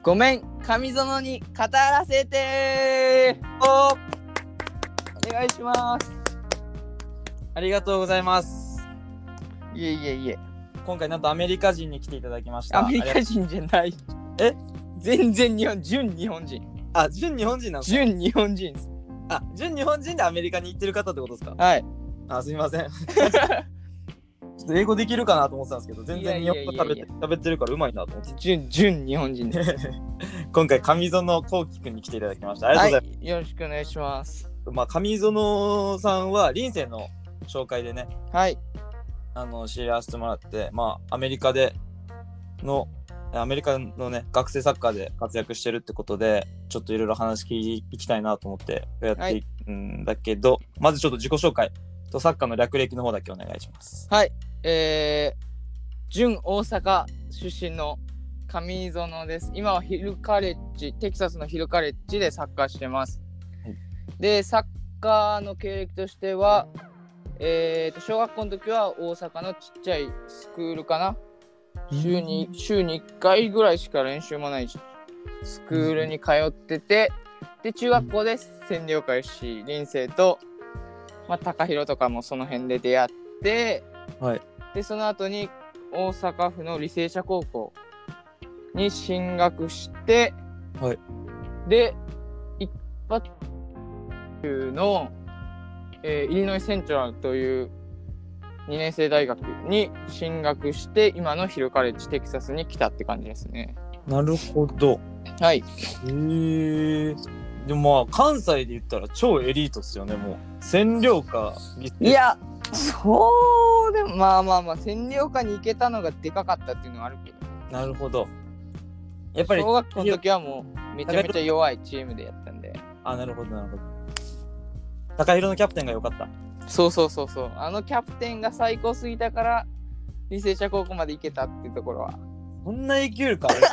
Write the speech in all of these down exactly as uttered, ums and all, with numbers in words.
ごめん上園に語らせておお願いします。 ありがとうございます。 いえいえいえ、 今回なんとアメリカ人に来ていただきました。 アメリカ人じゃない。 え全然日本純日本人。 あ、純日本人なんですか？ 純日本人です。 あ、純日本人でアメリカに行ってる方ってことですか？ はい。 あ、すみません。ちょっと英語できるかなと思ってたんですけど、全然日本語食べて喋ってるからうまいなと思って。 純純日本人です。 今回上園幸輝くんに来ていただきました。ありがとうございます。 はい、よろしくお願いします。 まあ上園さんは林生の紹介でね、 はい、 あの知り合わせてもらって、まあアメリカでのアメリカのね学生サッカーで活躍してるってことで、ちょっといろいろ話聞いていきたいなと思ってやっていくんだけど、はい、まずちょっと自己紹介とサッカーの略歴の方だけお願いします。 はい、えー、純大阪出身の上園です。今はヒルカレッジ、テキサスのヒルカレッジでサッカーしてます。はい、で、サッカーの経歴としては、えーと、小学校の時は大阪のちっちゃいスクールかな。週に、週にいっかいぐらいしか練習もないスクールに通ってて、で、中学校で千両会し、林生と、まあ、高弘とかもその辺で出会って、 はい、で、 その後に大阪府の履正社高校に進学して、 はい、 で、一発の、えー、イリノイセントラルというにねん生大学に進学して、今のヒルカレッジテキサスに来たって感じですね。 なるほど。 はい。 へー。でもまあ関西で言ったら超エリートっすよね。もう千両か。 いや、そうでもまあまあまあ千両かに行けたのがでかかったっていうのはあるけど。 なるほど。やっぱり小学校の時はもうめちゃめちゃ弱いチームでやったんで。 あ、なるほどなるほど。高弘のキャプテンが良かった。 そうそうそうそう。あのキャプテンが最高すぎたから履正社高校まで行けたっていうところは。 そんな影響力ある？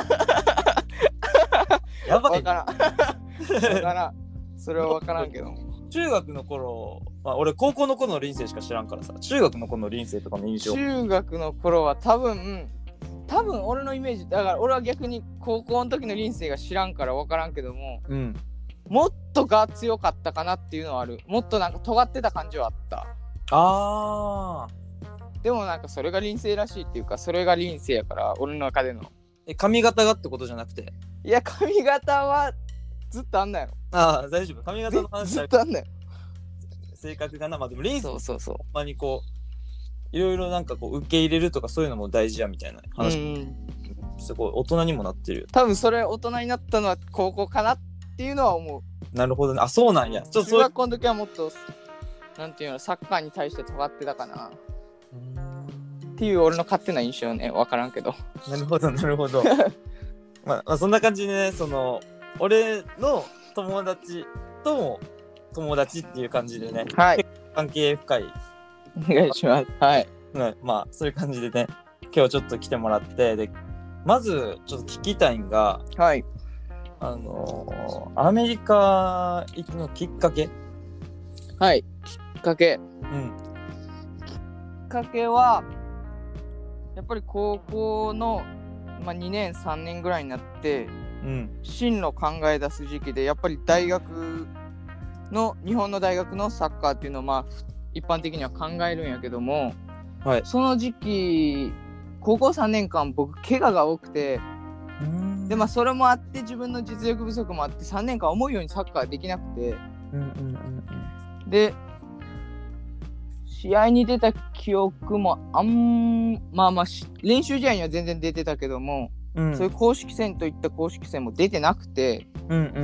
やばい。 わからん。わからん。それはわからんけど。 中学の頃、まあ、俺高校の頃の林生しか知らんからさ、中学の頃の林生とかの印象。 中学の頃は多分、多分俺のイメージ、だから俺は逆に高校の時の林生が知らんからわからんけども、うん、もっとが強かったかなっていうのはある。もっとなんか尖ってた感じはあった。 あー。でもなんかそれが林生らしいっていうか、それが林生やから俺の中での。 え、髪型がってことじゃなくて？ いや、髪型はずっとあんなやろ。 ああ、大丈夫。髪型の話ずっとあんなよ。 性格がな、まあでも林生そうそうそう。 まあにこういろいろなんかこう受け入れるとかそういうのも大事やみたいな話。うん、すごい大人にもなってるよ。 多分それ大人になったのは高校かなっていうのは思う。 なるほどね。あ、そうなんや。 ちょっと中学校の時はもっとなんていうの、サッカーに対して尖ってたかな。うーんっていう俺の勝手な印象ね。分からんけど。 なるほどなるほど。まあ、まあそんな感じでね、その俺の友達とも友達っていう感じでね、 はい、 関係深い。 お願いします。はい、 うん、まあそういう感じでね、今日ちょっと来てもらって、でまずちょっと聞きたいんが、 はい、 あのー、アメリカ行くのきっかけ。 はい、きっかけ、 うん、 きっかけはやっぱり高校の、まあ、にねんさんねんぐらいになって、うん、進路考え出す時期で、やっぱり大学の日本の大学のサッカーっていうのをまあ一般的には考えるんやけども、はい、その時期高校さんねんかん僕怪我が多くて、うーんでまあそれもあって自分の実力不足もあってさんねんかん思うようにサッカーできなくて、うんうんうんうん、で試合に出た記憶もあんまあまあ練習試合には全然出てたけども、うん、そういう公式戦といった公式戦も出てなくて、うんうん、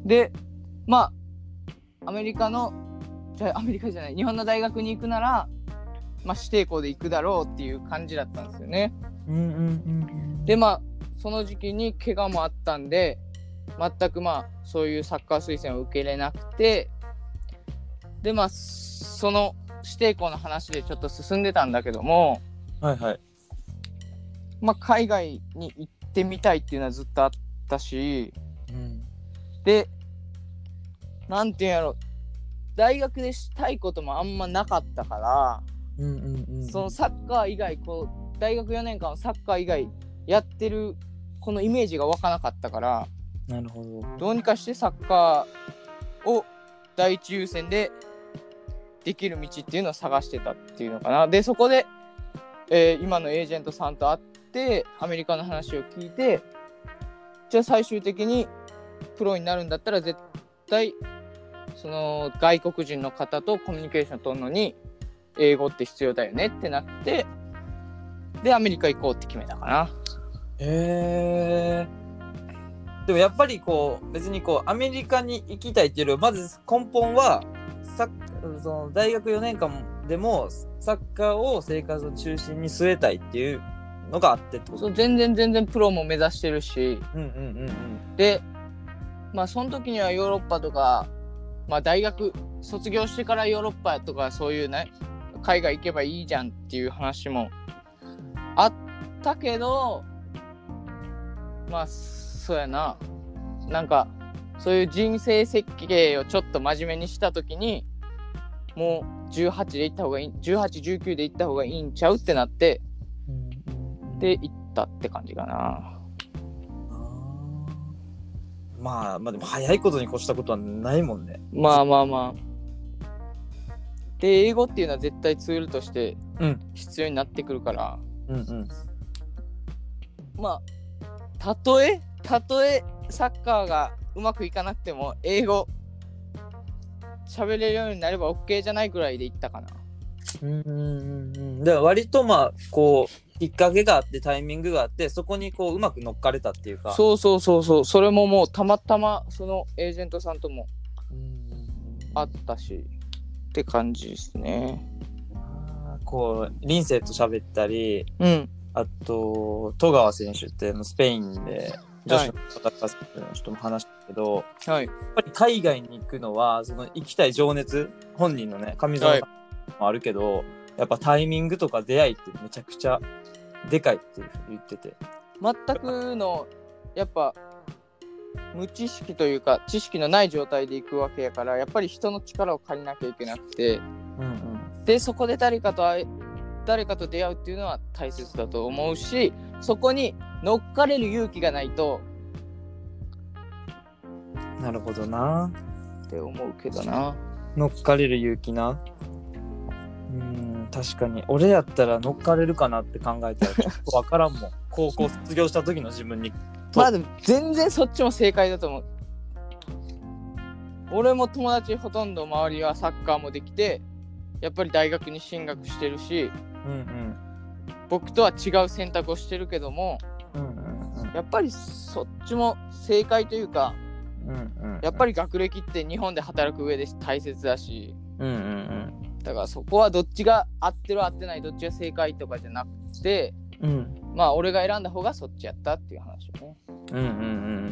でまあアメリカのじゃアメリカじゃない日本の大学に行くなら、まあ、指定校で行くだろうっていう感じだったんですよね、うんうんうん、でまあその時期に怪我もあったんで全くまあそういうサッカー推薦を受けれなくて、でまあその指定校の話でちょっと進んでたんだけども、はいはい、まあ海外に行ってみたいっていうのはずっとあったし、うん、でなんていうんやろ、大学でしたいこともあんまなかったから、うんうんうん、そのサッカー以外こう大学よねんかんサッカー以外やってるこのイメージが湧かなかったから、 なるほど。 どうにかしてサッカーを第一優先でできる道っていうのを探してたっていうのかな。でそこで、えー、今のエージェントさんと会ってアメリカの話を聞いて、じゃあ最終的にプロになるんだったら絶対その外国人の方とコミュニケーションを取るのに英語って必要だよねってなって、でアメリカ行こうって決めたかな。 へえ。でもやっぱりこう別にこうアメリカに行きたいっていうよりまず根本はサッその大学よねんかんでもサッカーを生活の中心に据えたいっていうのがあってってこと。 そう全然全然プロも目指してるし、 うんうんうんうん。 でまあその時にはヨーロッパとか、まあ大学卒業してからヨーロッパとかそういうね海外行けばいいじゃんっていう話もあったけど、まあそうやな、なんかそういう人生設計をちょっと真面目にした時にもうじゅうはちで行った方がいい、じゅうはち、じゅうきゅうで行った方がいいんちゃうってなって、うんうん、で行ったって感じかな。 まあまあでも早いことに越したことはないもんね。 まあまあまあ。で英語っていうのは絶対ツールとして必要になってくるから、 うんうん、 まあたとえたとえサッカーがうまくいかなくても英語喋れるようになれば OK じゃないぐらいでいったかな。 うんうんうん。だから割とまあこうきっかけがあってタイミングがあってそこにこううまく乗っかれたっていうか。 そうそうそうそう。それももうたまたまそのエージェントさんともあったしって感じですね。 こうリンセイと喋ったり、 うん、 あと戸川選手ってスペインで女子のサッカーの人も話したけど、 はい、 やっぱり海外に行くのはその行きたい情熱本人のね上園さんもあるけど、はい、やっぱタイミングとか出会いってめちゃくちゃでかいっていうふうに言ってて、 全くのやっぱ無知識というか知識のない状態で行くわけやから、やっぱり人の力を借りなきゃいけなくて、うんうん、でそこで誰かと誰かと出会うっていうのは大切だと思うし、そこに乗っかれる勇気がないと。 なるほどなって思うけどな。 乗っかれる勇気な。うーん確かに俺やったら乗っかれるかなって考えたらちょっとわからんもん高校卒業した時の自分にまあでも全然そっちも正解だと思う。俺も友達ほとんど周りはサッカーもできてやっぱり大学に進学してるし、うんうん、僕とは違う選択をしてるけども、うんうんうん、やっぱりそっちも正解というか、うんうんうん、やっぱり学歴って日本で働く上で大切だし、うんうんうん、だからそこはどっちが合ってる合ってないどっちが正解とかじゃなくて、うん、まあ俺が選んだ方がそっちやったっていう話よね。うんうんうんうん。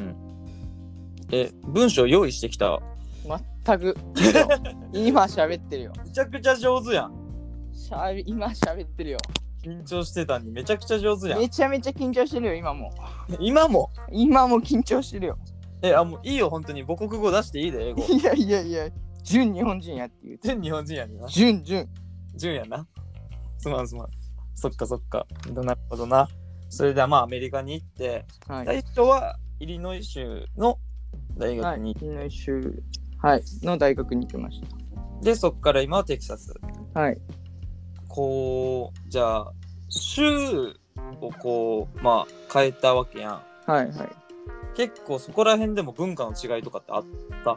え文章用意してきた？ 全く今喋ってるよ。 めちゃくちゃ上手やん。 しゃ今喋ってるよ。 緊張してたんにめちゃくちゃ上手やん。 めちゃめちゃ緊張してるよ今も。 今も？ 今も緊張してるよ。 えあもういいよ本当に母国語出していいで英語。 いやいやいや純日本人やって言う。 純日本人やねんな。 純純純やな。すまんすまん。そっかそっか。なるほどな。それではまあアメリカに行って、はい、最初はイリノイ州の大学に、 はい、イリノイ州、はい、の大学に行きました。 でそっから今はテキサス。 はい。 こうじゃあ州をこうまあ変えたわけやん。 はいはい。 結構そこら辺でも文化の違いとかってあった？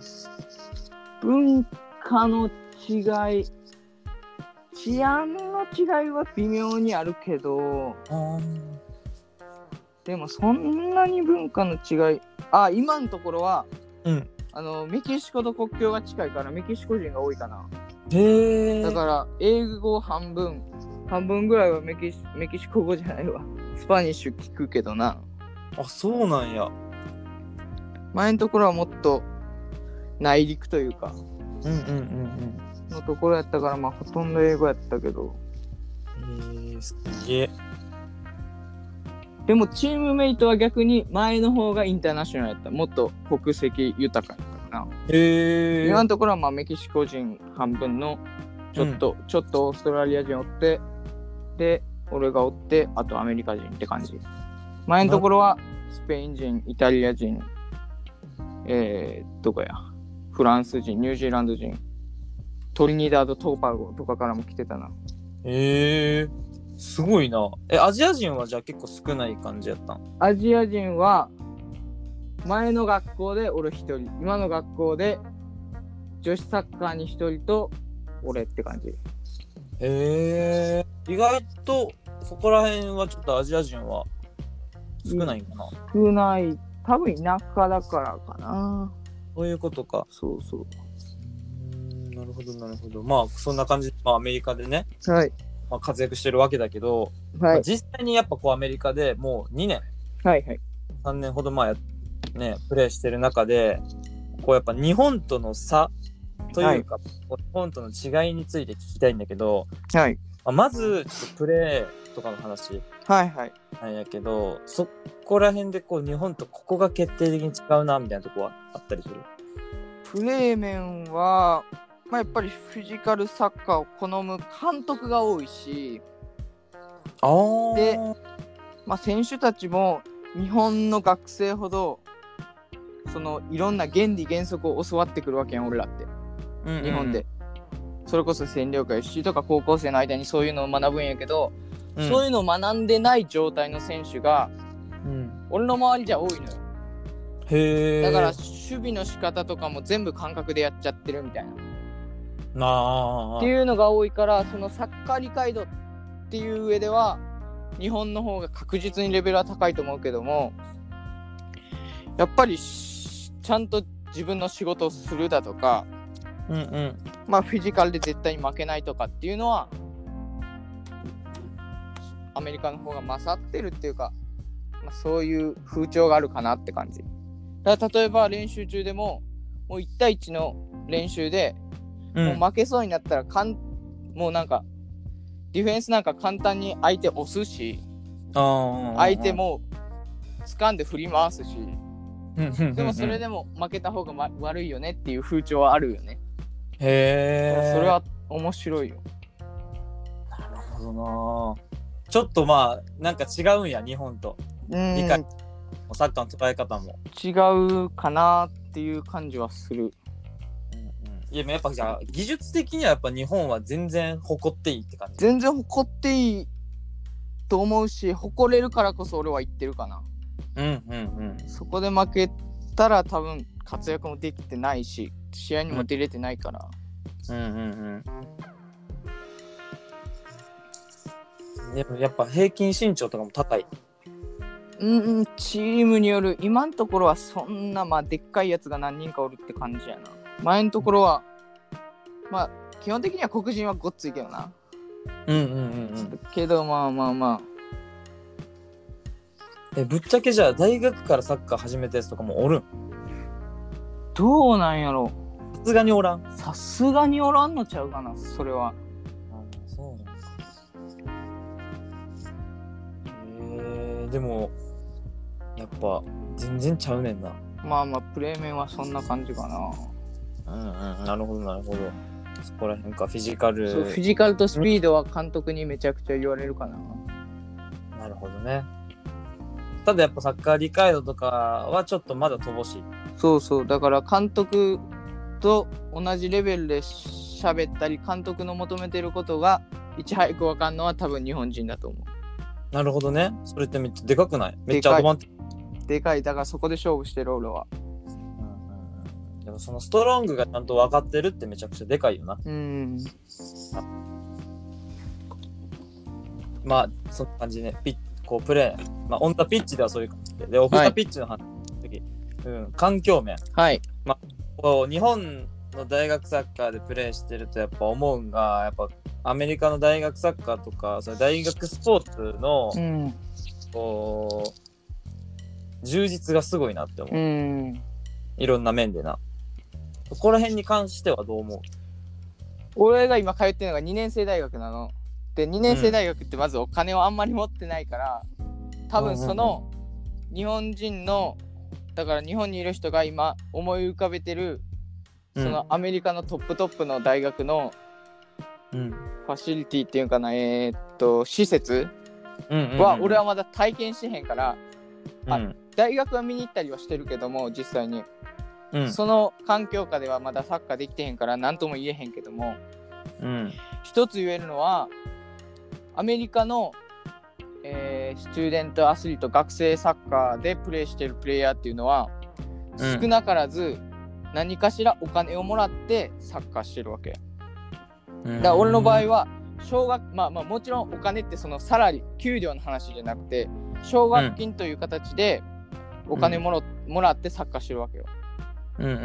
文化の違い、治安の違いは微妙にあるけど、でもそんなに文化の違い、あ今のところは、うん、あのメキシコと国境が近いからメキシコ人が多いかな。 へー。 だから英語半分半分ぐらいはメキシ、メキシコ語じゃないわ、スパニッシュ聞くけどな。 あそうなんや。 前のところはもっと内陸というか、 うんうんうんうんのところやったからまあほとんど英語やったけど。 えー、すげえ。 でもチームメイトは逆に前の方がインターナショナルやった。もっと国籍豊かやったかな。 へえ。 今のところはまあメキシコ人半分のちょっと、うん、ちょっとオーストラリア人おってで俺がおってあとアメリカ人って感じ。前のところはスペイン人、イタリア人、えー、どこやフランス人、ニュージーランド人、トリニダード・トーバゴとかからも来てたな。 えー、すごいな。え、アジア人はじゃあ結構少ない感じやったん？ アジア人は前の学校で俺一人、今の学校で女子サッカーに一人と俺って感じ。 へえー、意外とそこら辺はちょっとアジア人は少ないんかな。 少ない、多分田舎だからかな。 そういうことか。 そうそう。 うーん、なるほどなるほど。まあそんな感じで、まあ、アメリカでね、 はい、 まあ、活躍してるわけだけど、 はい、 まあ、実際にやっぱこうアメリカでもうにねん、 はいはい、 さんねんほど前ねプレーしてる中で、こうやっぱ日本との差というか、はい、日本との違いについて聞きたいんだけど、 はい、 まあ、まずちょっとプレーとかの話はいはいなんやけど、そこら辺でこう日本とここが決定的に違うなみたいなとこはあったりする？ プレー面は、まあ、やっぱりフィジカルサッカーを好む監督が多いし、 あーで、まあ、選手たちも日本の学生ほどそのいろんな原理原則を教わってくるわけやん、俺らって、うんうんうん、日本でそれこそ占領会しとか高校生の間にそういうのを学ぶんやけど、うん、そういうのを学んでない状態の選手が、うん、俺の周りじゃ多いのよ。 へー。 だから守備の仕方とかも全部感覚でやっちゃってるみたいなあっていうのが多いから、そのサッカー理解度っていう上では日本の方が確実にレベルは高いと思うけども、やっぱりちゃんと自分の仕事をするだとか、うんうん、まあフィジカルで絶対に負けないとかっていうのはアメリカの方が勝ってるっていうか、まあ、そういう風潮があるかなって感じ。だから例えば練習中でももういち対いちの練習で、うん、もう負けそうになったらかんもうなんかディフェンスなんか簡単に相手押すし、あ相手も掴んで振り回すしでもそれでも負けた方が、ま、悪いよねっていう風潮はあるよね。へー、それは面白いよ。 なるほどな。ちょっとまあなんか違うんや日本と。うん理解サッカーの捉え方も違うかなっていう感じはする。うんうん、 いややっぱじゃあ技術的にはやっぱ日本は全然誇っていいって感じ？ 全然誇っていいと思うし、誇れるからこそ俺は言ってるかな。うんうんうん。そこで負けたら多分活躍もできてないし試合にも出れてないから。うんうんうんうん。でもやっぱ平均身長とかも高い？ うん、チームによる。今のところはそんなまあでっかいやつが何人かおるって感じやな。前のところはまあ基本的には黒人はごっついけどな。うんうんうんうん。けどまあまあまあ。 えぶっちゃけじゃあ大学からサッカー始めたやつとかもおるん？ どうなんやろ。 さすがにおらん？ さすがにおらんのちゃうかなそれは。あそうなんか。えー、でもやっぱ全然ちゃうねんな。 まあまあプレー面はそんな感じかな。うんうん、なるほどなるほど。そこら辺かフィジカル。 そうフィジカルとスピードは監督にめちゃくちゃ言われるかな。 なるほどね。ただやっぱサッカー理解度とかはちょっとまだ乏しい。 そうそう、だから監督と同じレベルで喋ったり監督の求めてることがいち早く分かんのは多分日本人だと思う。 なるほどね。それってめっちゃでかくない？めっちゃアドバンテージでかい。だからそこで勝負してる俺は。 うんうん、でもそのストロングがちゃんと分かってるってめちゃくちゃでかいよな。うん。まあそんな感じね。ピッこうプレー、まあオンザピッチではそういう感じで、でオフザピッチの話の時、はい、うん、環境面。はい。まあこう日本の大学サッカーでプレーしてるとやっぱ思うんが、やっぱアメリカの大学サッカーとかその大学スポーツの、うん、こう充実がすごいなって思う、うん、いろんな面でな。そこら辺に関してはどう思う？ 俺が今通ってるのがにねん生大学なので、にねん生大学ってまずお金をあんまり持ってないから、多分その日本人のだから日本にいる人が今思い浮かべてるそのアメリカのトップトップの大学のファシリティっていうかな、えー、っと施設は俺はまだ体験してへんから、うん、あ大学は見に行ったりはしてるけども実際に、 うん、 その環境下ではまだサッカーできてへんから何とも言えへんけども、 うん、 一つ言えるのはアメリカの、えー、スチューデントアスリート学生サッカーでプレーしてるプレイヤーっていうのは、うん、少なからず何かしらお金をもらってサッカーしてるわけ。だから俺の場合は奨学、まあまあもちろんお金ってそのサラリー給料の話じゃなくて奨学金という形でお金も ら,、うん、もらってサッカーしてるわけよ。 うんうんうんうん、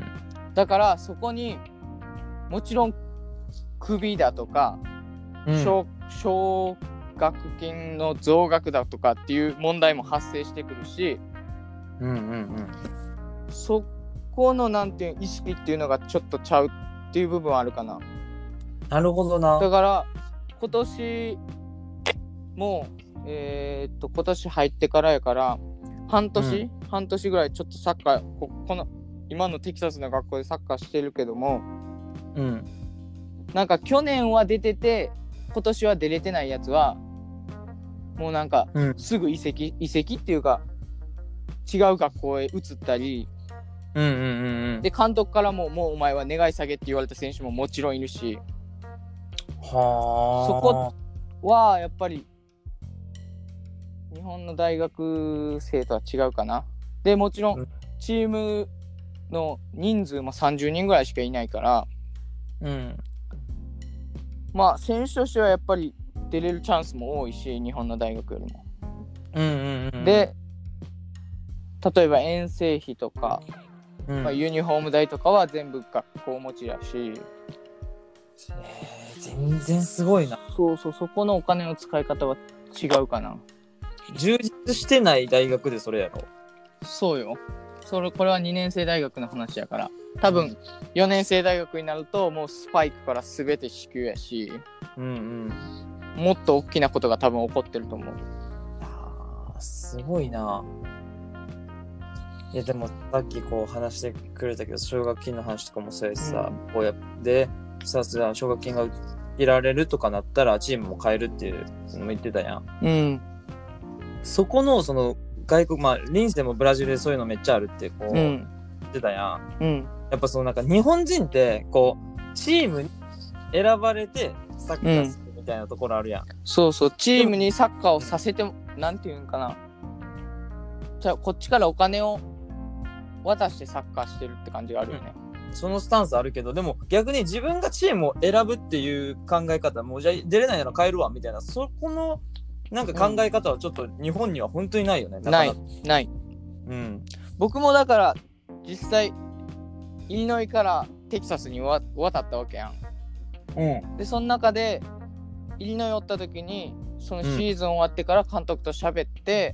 だからそこにもちろん首だとか、うん、奨, 奨学金の増額だとかっていう問題も発生してくるし、 うんうんうん、 そこのなんていう意識っていうのがちょっとちゃうっていう部分はあるかな。 なるほどな。 だから今年もえー、っと今年入ってからやから半年、うん、半年ぐらいちょっとサッカー こ, この今のテキサスの学校でサッカーしてるけども、 うん、 なんか去年は出てて今年は出れてないやつはもうなんかすぐ移籍、移籍っていうか違う学校へ移ったり、 うんうんうんうん、 で監督からももうお前は願い下げって言われた選手ももちろんいるし、 はそこはやっぱり日本の大学生とは違うかな。でもちろんチームの人数もさんじゅうにんぐらいしかいないから、 うん、 まあ選手としてはやっぱり出れるチャンスも多いし日本の大学よりも、 うんうんうん、 で例えば遠征費とか、うんまあ、ユニフォーム代とかは全部学校持ちだし、 えー、全然すごいな。 そうそう、そこのお金の使い方は違うかな。 充実してない大学でそれやろ。 そうよ。それこれはにねん生大学の話やから、多分よねん生大学になるともうスパイクから全て支給やし、 うんうん、 もっと大きなことが多分起こってると思う。 あーすごいな。いやでもさっきこう話してくれたけど奨学金の話とかもそうやしさ、うん、こうやってさすが奨学金が受けられるとかなったらチームも変えるっていうのも言ってたやん。 うん。 そこのその外国、まあリンスでもブラジルでそういうのめっちゃあるってこう、うん、言ってたやん。 うん。 やっぱそのなんか日本人ってこうチームに選ばれてサッカーするみたいなところあるやん。うん、 そうそう、チームにサッカーをさせても、なんていうんかな。じゃあこっちからお金を渡してサッカーしてるって感じがあるよね。 うん、そのスタンスあるけど、でも逆に自分がチームを選ぶっていう考え方、もうじゃあ出れないなら変えるわみたいな、そこのなんか考え方はちょっと日本には本当にないよね。 うん、ないない、 うん、 僕もだから実際イリノイからテキサスに渡ったわけやん。 うん、 でその中でイリノイおった時にそのシーズン終わってから監督と喋って、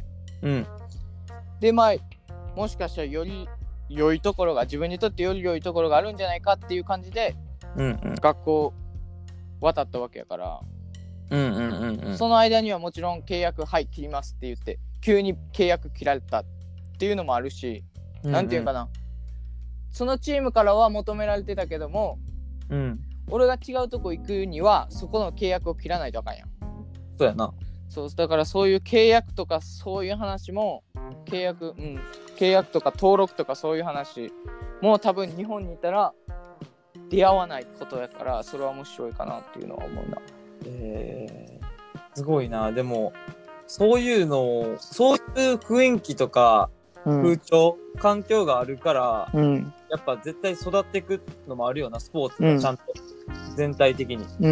うん、 でまあもしかしたらより良いところが自分にとってより良いところがあるんじゃないかっていう感じで、 うんうん、 学校渡ったわけやから、 うんうんうんうん、 その間にはもちろん契約はい切りますって言って急に契約切られたっていうのもあるし、うんうん、なんていうかな、そのチームからは求められてたけども、 うん、 俺が違うとこ行くにはそこの契約を切らないとあかんやん。 そうやな。 そうだからそういう契約とかそういう話も契約、うん、契約とか登録とかそういう話もう多分日本にいたら出会わないことやから、それは面白いかなっていうのは思うな。 えー、すごいな。でもそういうのをそういう雰囲気とか風潮、うん、環境があるから、 うん、 やっぱ絶対育っていくのもあるようなスポーツがちゃんと全体的に、 うん、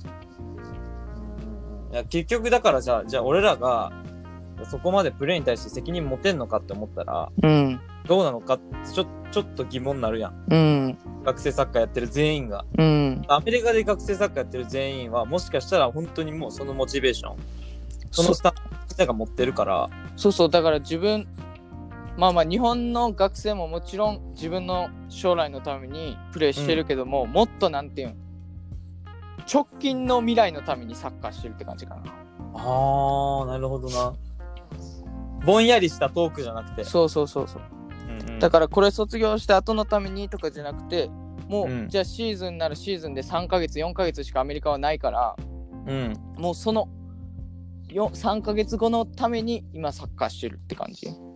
いや結局だからじゃあじゃあ俺らがそこまでプレーに対して責任持てんのかって思ったら、 うん、 どうなのかってちょ、ちょっと疑問になるやん、 うん、 学生サッカーやってる全員が、 うん、 アメリカで学生サッカーやってる全員はもしかしたら本当にもうそのモチベーションそのスタッフみんなが持ってるから。 そうそう、だから自分まあまあ日本の学生ももちろん自分の将来のためにプレーしてるけども、うん、もっとなんていうん直近の未来のためにサッカーしてるって感じかな。 あーなるほどな。ぼんやりしたトークじゃなくて、 そうそうそうそう、うんうん、だからこれ卒業して後のためにとかじゃなくて、もう、うん、じゃあシーズンならシーズンでさんかげつよんかげつしかアメリカはないから、 うん、 もうそのさんかげつごのために今サッカーしてるって感じ。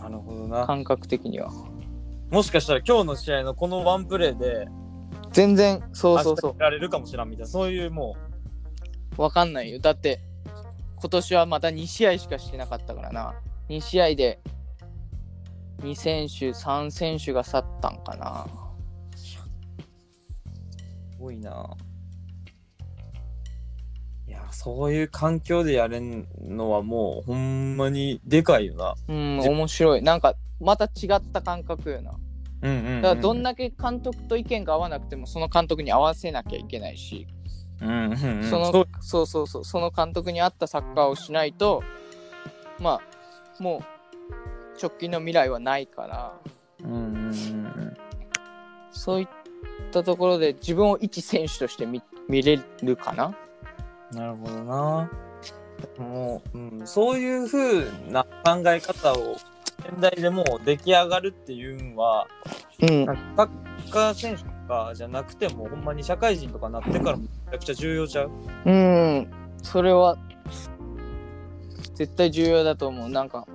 るほどな。 感覚的には。 もしかしたら今日の試合のこのワンプレーで全然そうそうそう明日られるかもしれんみたいな、そういうもうわかんないよ。だって今年はまたに試合しかしてなかったからな。に試合でに選手さん選手が去ったんかな。 すごいな。いや、そういう環境でやれんのはもうほんまにでかいよな。 うん、面白い。なんかまた違った感覚よな。 うんうんうん、 だからどんだけ監督と意見が合わなくてもその監督に合わせなきゃいけないし、 うんうんうん、 そのそうそうそうそうその監督に合ったサッカーをしないと、まあもう直近の未来はないから、 うんうんうん、 そういったところで自分を一選手として 見, 見れるかな。 なるほどな。もう、うん、そういう風な考え方を現代でもう出来上がるっていうのは、 うん、 サッカー選手とかじゃなくてもほんまに社会人とかなってからもめちゃくちゃ重要ちゃう。 うん、それは絶対重要だと思う。なんか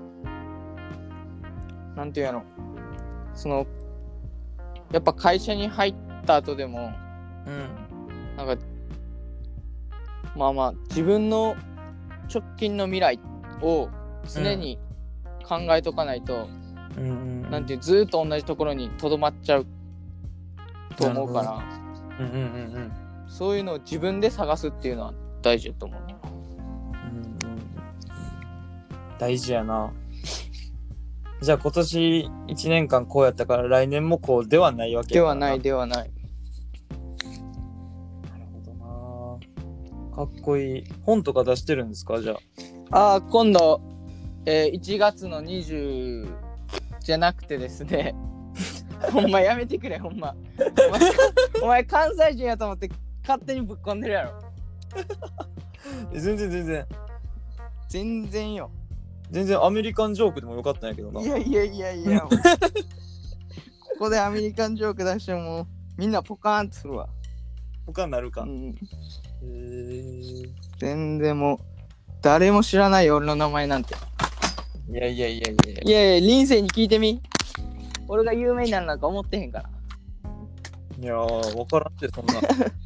なんていうの、そのやっぱ会社に入った後でも、うん、なんかまあまあ自分の直近の未来を常に考えとかないと、うん、なんていうずっと同じところにとどまっちゃうと思うから、うんうんうんうん、そういうのを自分で探すっていうのは大事だと思う、うんうん、 大事やな。じゃあ今年いちねんかんこうやったから来年もこうではないわけではないではない。 なるほどな。かっこいい。本とか出してるんですか？じゃあ。ああ、今度、えー、いちがつのにじゅうじゃなくてですねほんまやめてくれほんまお前, お前関西人やと思って勝手にぶっこんでるやろ全然全然全然よ。 全然アメリカンジョークでもよかったんやけどな。 いやいやいやいやここでアメリカンジョーク出してもみんなポカーンとするわ。 ポカーンなるか、うん、 へー全然もう誰も知らないよ俺の名前なんて。 いやいやいやいやいやいや臨世に聞いてみ。俺が有名になるなんか思ってへんから。 いやー分からんってそんな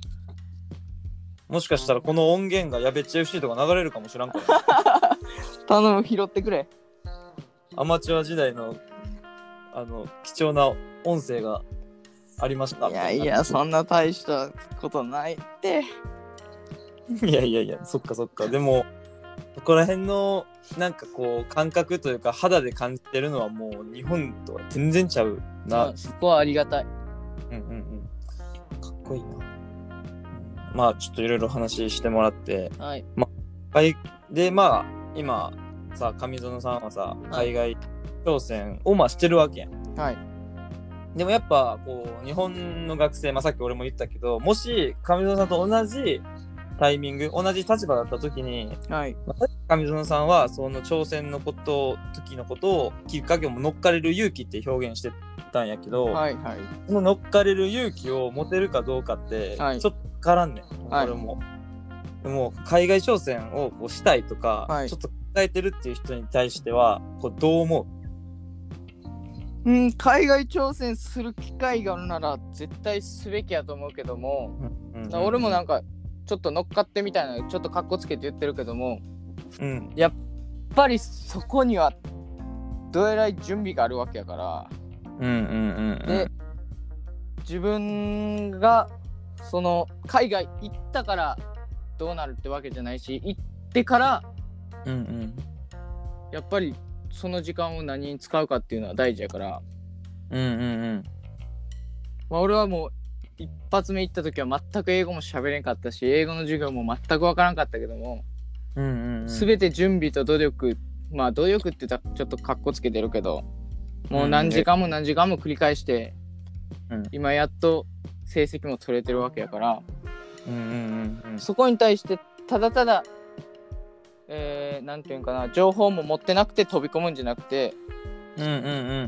もしかしたらこの音源がやべっち エフシー とか流れるかもしらんから頼む拾ってくれ。 アマチュア時代のあの貴重な音声がありました。 いやいやそんな大したことないっていやいやいやそっかそっか。でもそこら辺のなんかこう感覚というか肌で感じてるのはもう日本とは全然ちゃうな。 そこはありがたい。 うんうんうんかっこいいな。まあちょっといろいろ話してもらって、 はい。 まあでまあ今さ上園さんはさ海外挑戦をまあしてるわけやん。 はい。 でもやっぱこう日本の学生、まあ、さっき俺も言ったけどもし上園さんと同じタイミング同じ立場だった時に、 はい、 まあ、上園さんはその挑戦のこと時のことをきっかけを乗っかれる勇気って表現してたんやけど、 はいはい、 その乗っかれる勇気を持てるかどうかってちょっと分からんねん、はい、これも、でも海外挑戦をこうしたいとか、はい、ちょっと考えてるっていう人に対してはこうどう思う？ うん、海外挑戦する機会があるなら絶対すべきやと思うけども、うんうんうん、俺もなんかちょっと乗っかってみたいなちょっとカッコつけて言ってるけども、うん、やっぱりそこにはどえらい準備があるわけやから、うんうんうんうん、で自分がその海外行ったからどうなるってわけじゃないし、行ってから、うんうん、やっぱりその時間を何に使うかっていうのは大事やから、うんうんうんまあ、俺はもう一発目行った時は全く英語も喋れんかったし英語の授業も全く分からんかったけども、うんうんうん、全て準備と努力、まあ努力って言ったらちょっとカッコつけてるけどもう何時間も何時間も繰り返して、うん、今やっと成績も取れてるわけやから、うんうんうんうん、そこに対してただただえー、なんていうんかな情報も持ってなくて飛び込むんじゃなくて、うんうんうん、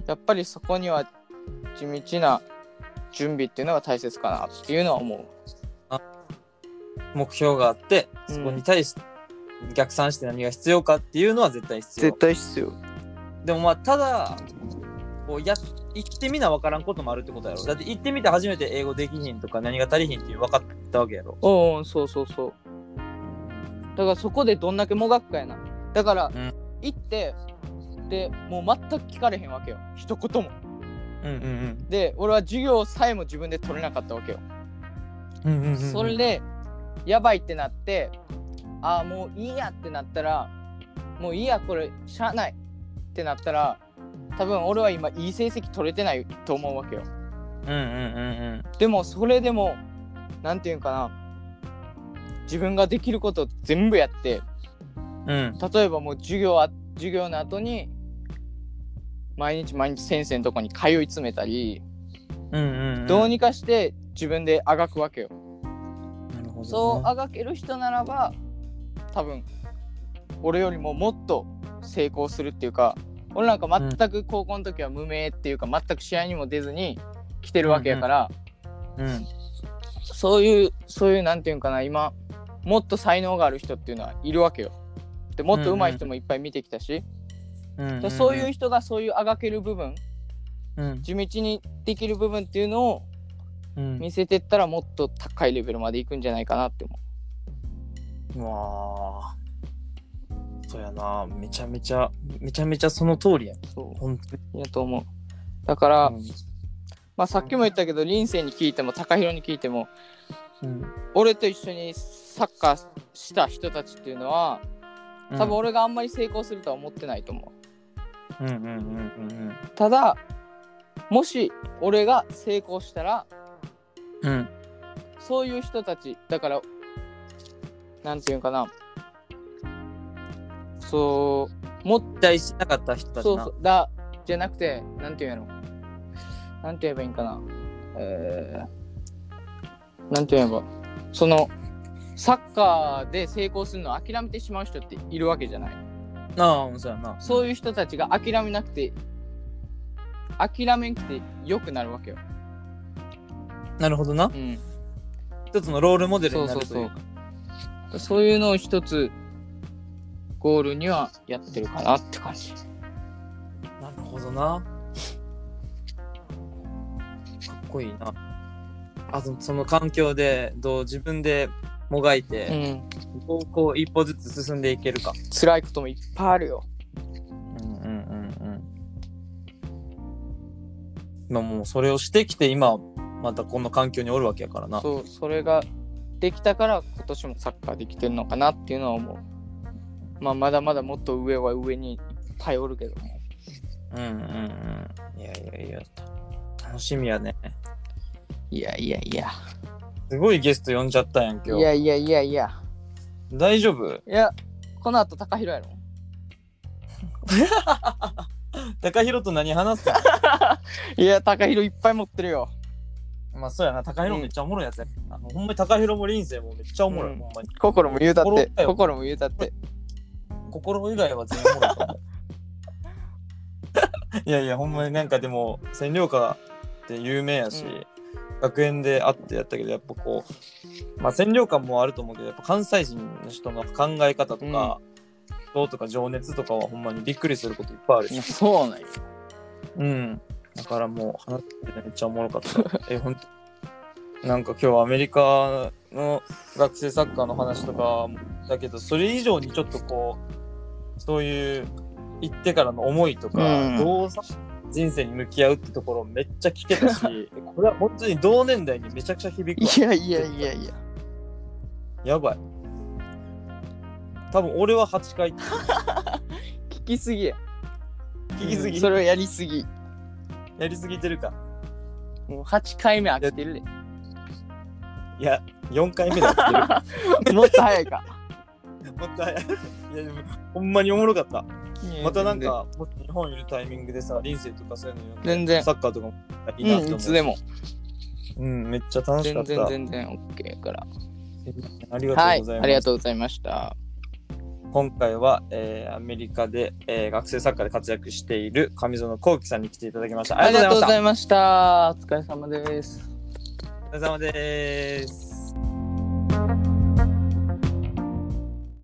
やっぱりそこには地道な準備っていうのが大切かなっていうのは思う。 あ目標があってそこに対して逆算して何が必要かっていうのは絶対必要。 絶対必要。 でもまあただこうや行ってみな分からんこともあるってことやろ。だって行ってみて初めて英語できひんとか何が足りひんっていう分かったわけやろ。 おお、そうそうそう。だからそこでどんだけもがくかやな。だから、うん、行ってでもう全く聞かれへんわけよ、一言も。 うんうんうん、 で俺は授業さえも自分で取れなかったわけよ。 うんうんうんうん、 それでやばいってなって、ああもういいやってなったら、もういいやこれしゃあないってなったら、多分俺は今いい成績取れてないと思うわけよ。 うんうんうんうん。 でもそれでもなんていうんかな、自分ができること全部やって、 うん、 例えばもう授業あ授業の後に毎日毎日先生のとこに通い詰めたり、 うんうんうん、 どうにかして自分であがくわけよ。 なるほどね、 そうあがける人ならば多分俺よりももっと成功するっていうか、俺なんか全く高校の時は無名っていうか、全く試合にも出ずに来てるわけやから、 うんうんうん、 そういうそういうなんていうんかな、今もっと才能がある人っていうのはいるわけよ。でもっと上手い人もいっぱい見てきたし、うんうん、そういう人がそういうあがける部分、うん、地道にできる部分っていうのを見せてったらもっと高いレベルまでいくんじゃないかなって思う。うわー、そうやな、めちゃめちゃめちゃめちゃその通りや。 そう本当にやと思う。だから、うん、まあさっきも言ったけど、林生に聞いても高弘に聞いても、うん、俺と一緒にサッカーした人たちっていうのは多分俺があんまり成功するとは思ってないと思う。うんうんうんうんうん。 ただもし俺が成功したら、 うん、 そういう人たちだから、なんていうかな、そうも期待しなかった人たちな。 そうそうだじゃなくて、なんていうの、なんて言えばいいんかな、えー、なんて言えば、そのサッカーで成功するのを諦めてしまう人っているわけじゃない。 ああ、そうやな。 そういう人たちが諦めなくて諦めんくてよくなるわけよ。 なるほどな、うん、一つのロールモデルになるという。そうそうそう、そういうのを一つゴールにはやってるかなって感じ。 なるほどな、かっこいいな。あ、その環境でどう自分でもがいて、うん、どうこう一歩ずつ進んでいけるか。 辛いこともいっぱいあるよ。 うんうんうんうん。今もうそれをしてきて、今またこの環境におるわけやからな。 そう、それができたから今年もサッカーできてるのかなっていうのは思う。まあまだまだもっと上は上にいっぱいおるけども。 うんうんうん。いやいやいや、楽しみやね。 いやいやいや。 すごいゲスト呼んじゃったやん今日。 いやいやいやいや。 大丈夫？ いや、この後高弘やろ。 高弘と何話すの？ いや、高弘いっぱい持ってるよ。 まあそうやな、高弘めっちゃおもろいやつや、うん、あのほんまに高弘も林生もめっちゃおもろい、うん、ほんまに。 心も言うたって、心も言うたって。 心以外は全員おもろいと思う。いやいや、ほんまになんかでも占領下って有名やし、うん、学園で会ってやったけど、やっぱこう、まあ占領下もあると思うけど、やっぱ関西人の人の考え方とか、うん、人とか情熱とかはほんまにびっくりすることいっぱいあるし。 そうなんよ。 うん。だからもう話しててめっちゃおもろかった。え、ほんとなんか今日アメリカの学生サッカーの話とかだけど、それ以上にちょっとこうそういう行ってからの思いとか、うん、どう人生に向き合うってところめっちゃ聞けたし、これは本当に同年代にめちゃくちゃ響くわ。 いやいやいやいや、 やばい。多分俺ははちかい聞きすぎや。 聞きすぎ、 うん、それをやりすぎやりすぎてるか。 もうはちかいめ飽きてるで。 いや、よんかいめで飽きてる。 もっと早いか。 もっと早い。いや、でもほんまにおもろかった。またなんか、もし日本いるタイミングでさ、林生とかそういうの読んで、 全然サッカーとかもいいなって思う、 うん、いつでも。 うん、めっちゃ楽しかった。 全然全然 OK やから。 ありがとうございます。はい、 ありがとうございました。 今回は、えー、アメリカで、えー、学生サッカーで活躍している上園幸輝さんに来ていただきました。 ありがとうございました。お疲れ様です。 お疲れ様です。